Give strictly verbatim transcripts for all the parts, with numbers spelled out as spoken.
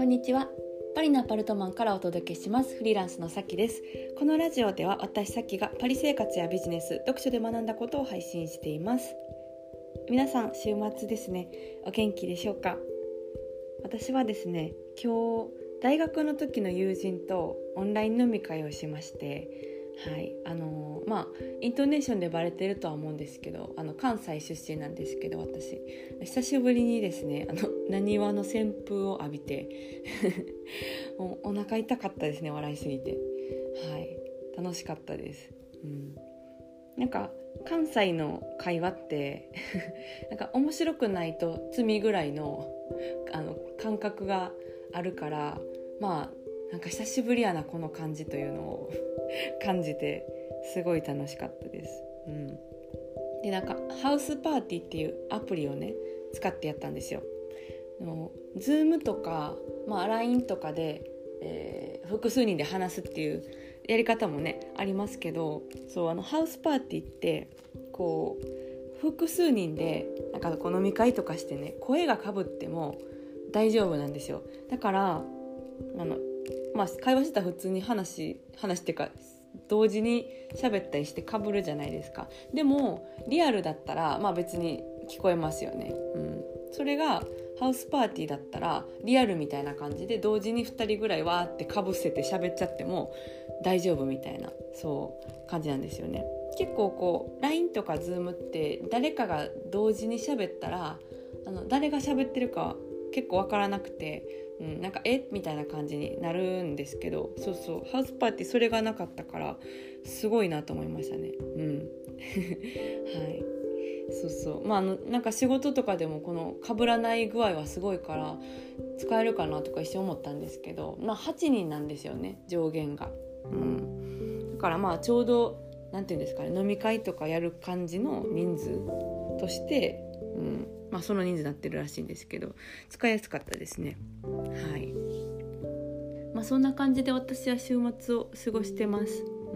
にちは。パリのアパルトマンからお届けします。フリーランスのさきです。このラジオでは私さきがパリ生活やビジネス、読書で学んだことを配信しています。皆さん週末ですね、お元気でしょうか？私はですね、今日大学の時の友人とオンライン飲み会をしまして、はいあのー、まあイントネーションでバレてるとは思うんですけど、あの関西出身なんですけど、私久しぶりにですね、あの浪速の旋風を浴びてもうお腹痛かったですね、笑いすぎて。はい楽しかったです。うん、なんか関西の会話ってなんか面白くないと罪ぐらいのあの感覚があるから、まあなんか久しぶりやなこの感じというのを感じてすごい楽しかったです。うん、でなんかハウスパーティーっていうアプリをね使ってやったんですよ。の Zoom とか、まあ、ライン とかで、えー、複数人で話すっていうやり方もねありますけど、そうあのハウスパーティーってこう複数人でなんかこう飲み会とかしてね、声がかぶっても大丈夫なんですよ。だからあのまあ、会話してたら普通に話話っていうか同時に喋ったりして被るじゃないですか。でもリアルだったら、まあ、別に聞こえますよね。うん、それがハウスパーティーだったらリアルみたいな感じで同時にふたりぐらいわーって被せて喋っちゃっても大丈夫みたいな、そう感じなんですよね。結構こう ライン とか Zoom って誰かが同時に喋ったらあの誰が喋ってるか結構わからなくて、うん、なんかえみたいな感じになるんですけど、そうそうハウスパーティーそれがなかったからすごいなと思いましたね。うんはいそうそうまああのなんか仕事とかでもこの被らない具合はすごいから使えるかなとか一瞬思ったんですけど、まあはちにんなんですよね、上限が。うん、だからまあちょうどなんていうんですかね、飲み会とかやる感じの人数として、うんまあ、その人数になってるらしいんですけど、使いやすかったですね。はいまあ、そんな感じで私は週末を過ごしてます。うん、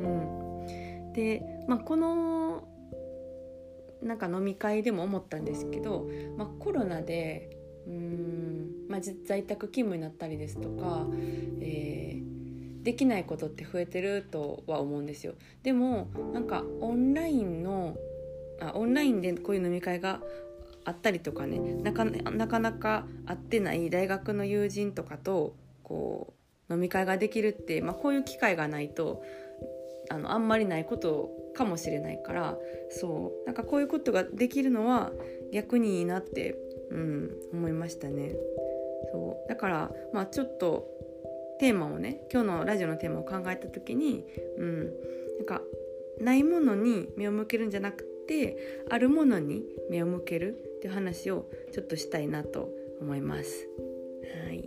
で、まあ、このなんか飲み会でも思ったんですけど、まあ、コロナでうーん、まあ、在宅勤務になったりですとか、えー、できないことって増えてるとは思うんですよ。でもなんかオンラインのあオンラインでこういう飲み会があったりとかね、なかなかなか会ってない大学の友人とかとこう飲み会ができるって、まあ、こういう機会がないとあのあんまりないことかもしれないから、そうなんかこういうことができるのは逆にいいなって、うん、思いましたね。そうだから、まあ、ちょっとテーマをね今日のラジオのテーマを考えた時に、うん、なんかないものに目を向けるんじゃなくてあるものに目を向けるっていう話をちょっとしたいなと思います。はい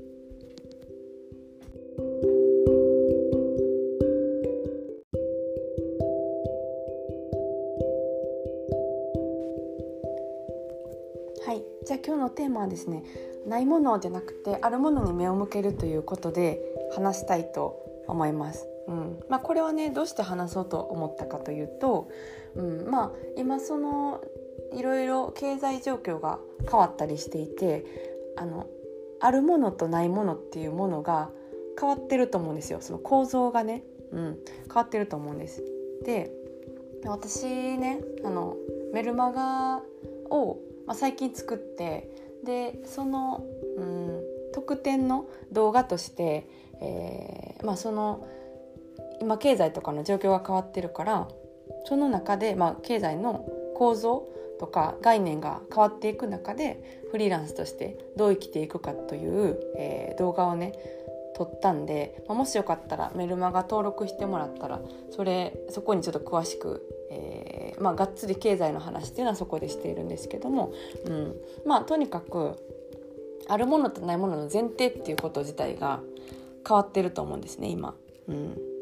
はい、じゃあ今日のテーマはですね、ないものじゃなくてあるものに目を向けるということで話したいと思います。うんまあ、これはねどうして話そうと思ったかというと、うんまあ、今そのいろいろ経済状況が変わったりしていて、あのあるものとないものっていうものが変わってると思うんですよ。その構造がね、うん、変わってると思うんです。で私ねあのメルマガをまあ、最近作って、でその、うん、特典の動画として、えーまあ、その今経済とかの状況が変わってるから、その中で、まあ、経済の構造とか概念が変わっていく中でフリーランスとしてどう生きていくかという、えー、動画をね撮ったんで、まあ、もしよかったらメルマガ登録してもらったらそれそこにちょっと詳しく、えーまあ、がっつり経済の話っていうのはそこでしているんですけども、うん、まあとにかくあるものとないものの前提っていうこと自体が変わってると思うんですね今、うん、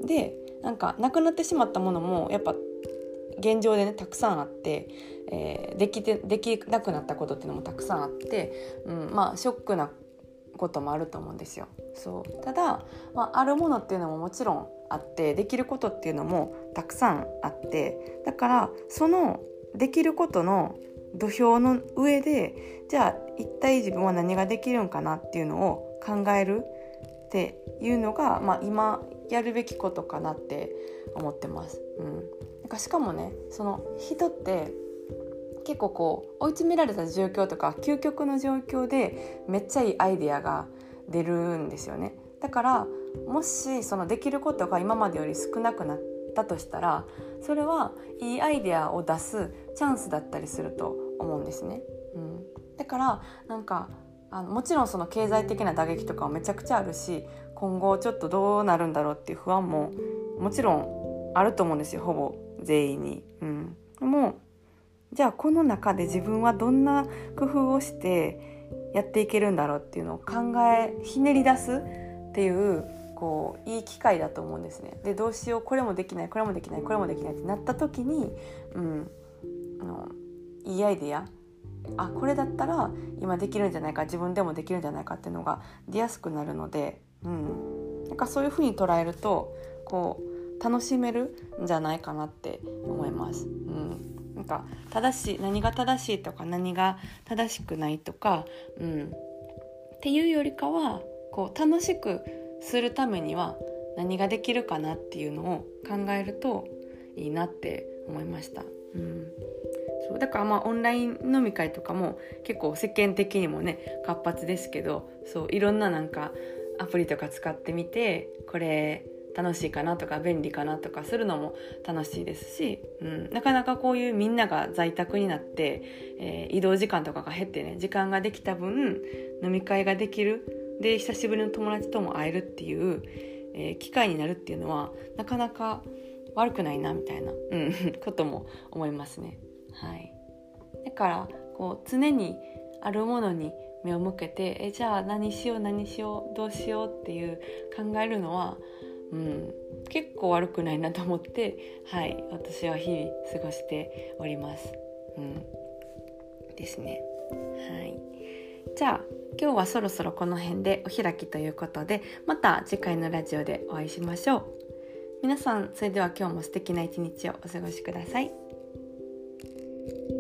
でなんかなくなってしまったものもやっぱ現状でねたくさんあって、えー、できてできなくなったことっていうのもたくさんあって、うん、まあショックなこともあると思うんですよ。そうただ、まあ、あるものっていうのももちろんあってできることっていうのもたくさんあって、だからそのできることの土俵の上でじゃあ一体自分は何ができるんかなっていうのを考えるっていうのが、まあ、今やるべきことかなって思ってます、うん、なんかしかもねその人って結構こう追い詰められた状況とか究極の状況でめっちゃいいアイデアが出るんですよね。だからもしそのできることが今までより少なくなったとしたらそれはいいアイデアを出すチャンスだったりすると思うんですね、うん、だからなんかあのもちろんその経済的な打撃とかはめちゃくちゃあるし今後ちょっとどうなるんだろうっていう不安ももちろんあると思うんですよほぼ全員に、うん、でもじゃあこの中で自分はどんな工夫をしてやっていけるんだろうっていうのを考えひねり出すっていうこういい機会だと思うんですね。でどうしようこれもできないこれもできないこれもできないってなった時に、うん、あのいいアイデアあこれだったら今できるんじゃないか自分でもできるんじゃないかっていうのが出やすくなるので、うん、なんかそういう風に捉えるとこう楽しめるんじゃないかなって思います、うん、なんか正しい何が正しいとか何が正しくないとか、うん、っていうよりかはこう楽しくするためには何ができるかなっていうのを考えるといいなって思いました、うん、そうだからまあオンライン飲み会とかも結構世間的にもね活発ですけどそういろんななんかアプリとか使ってみてこれ楽しいかなとか便利かなとかするのも楽しいですし、うん、なかなかこういうみんなが在宅になって、えー、移動時間とかが減ってね時間ができた分飲み会ができるで久しぶりの友達とも会えるっていう、えー、機会になるっていうのはなかなか悪くないなみたいな、うん、ことも思いますね、はい、だからこう常にあるものに目を向けてえじゃあ何しよう何しようどうしようっていう考えるのは、うん、結構悪くないなと思って、はい、私は日々過ごしております、うん、ですね、はい、じゃあ今日はそろそろこの辺でお開きということでまた次回のラジオでお会いしましょう。皆さんそれでは今日も素敵な一日をお過ごしください。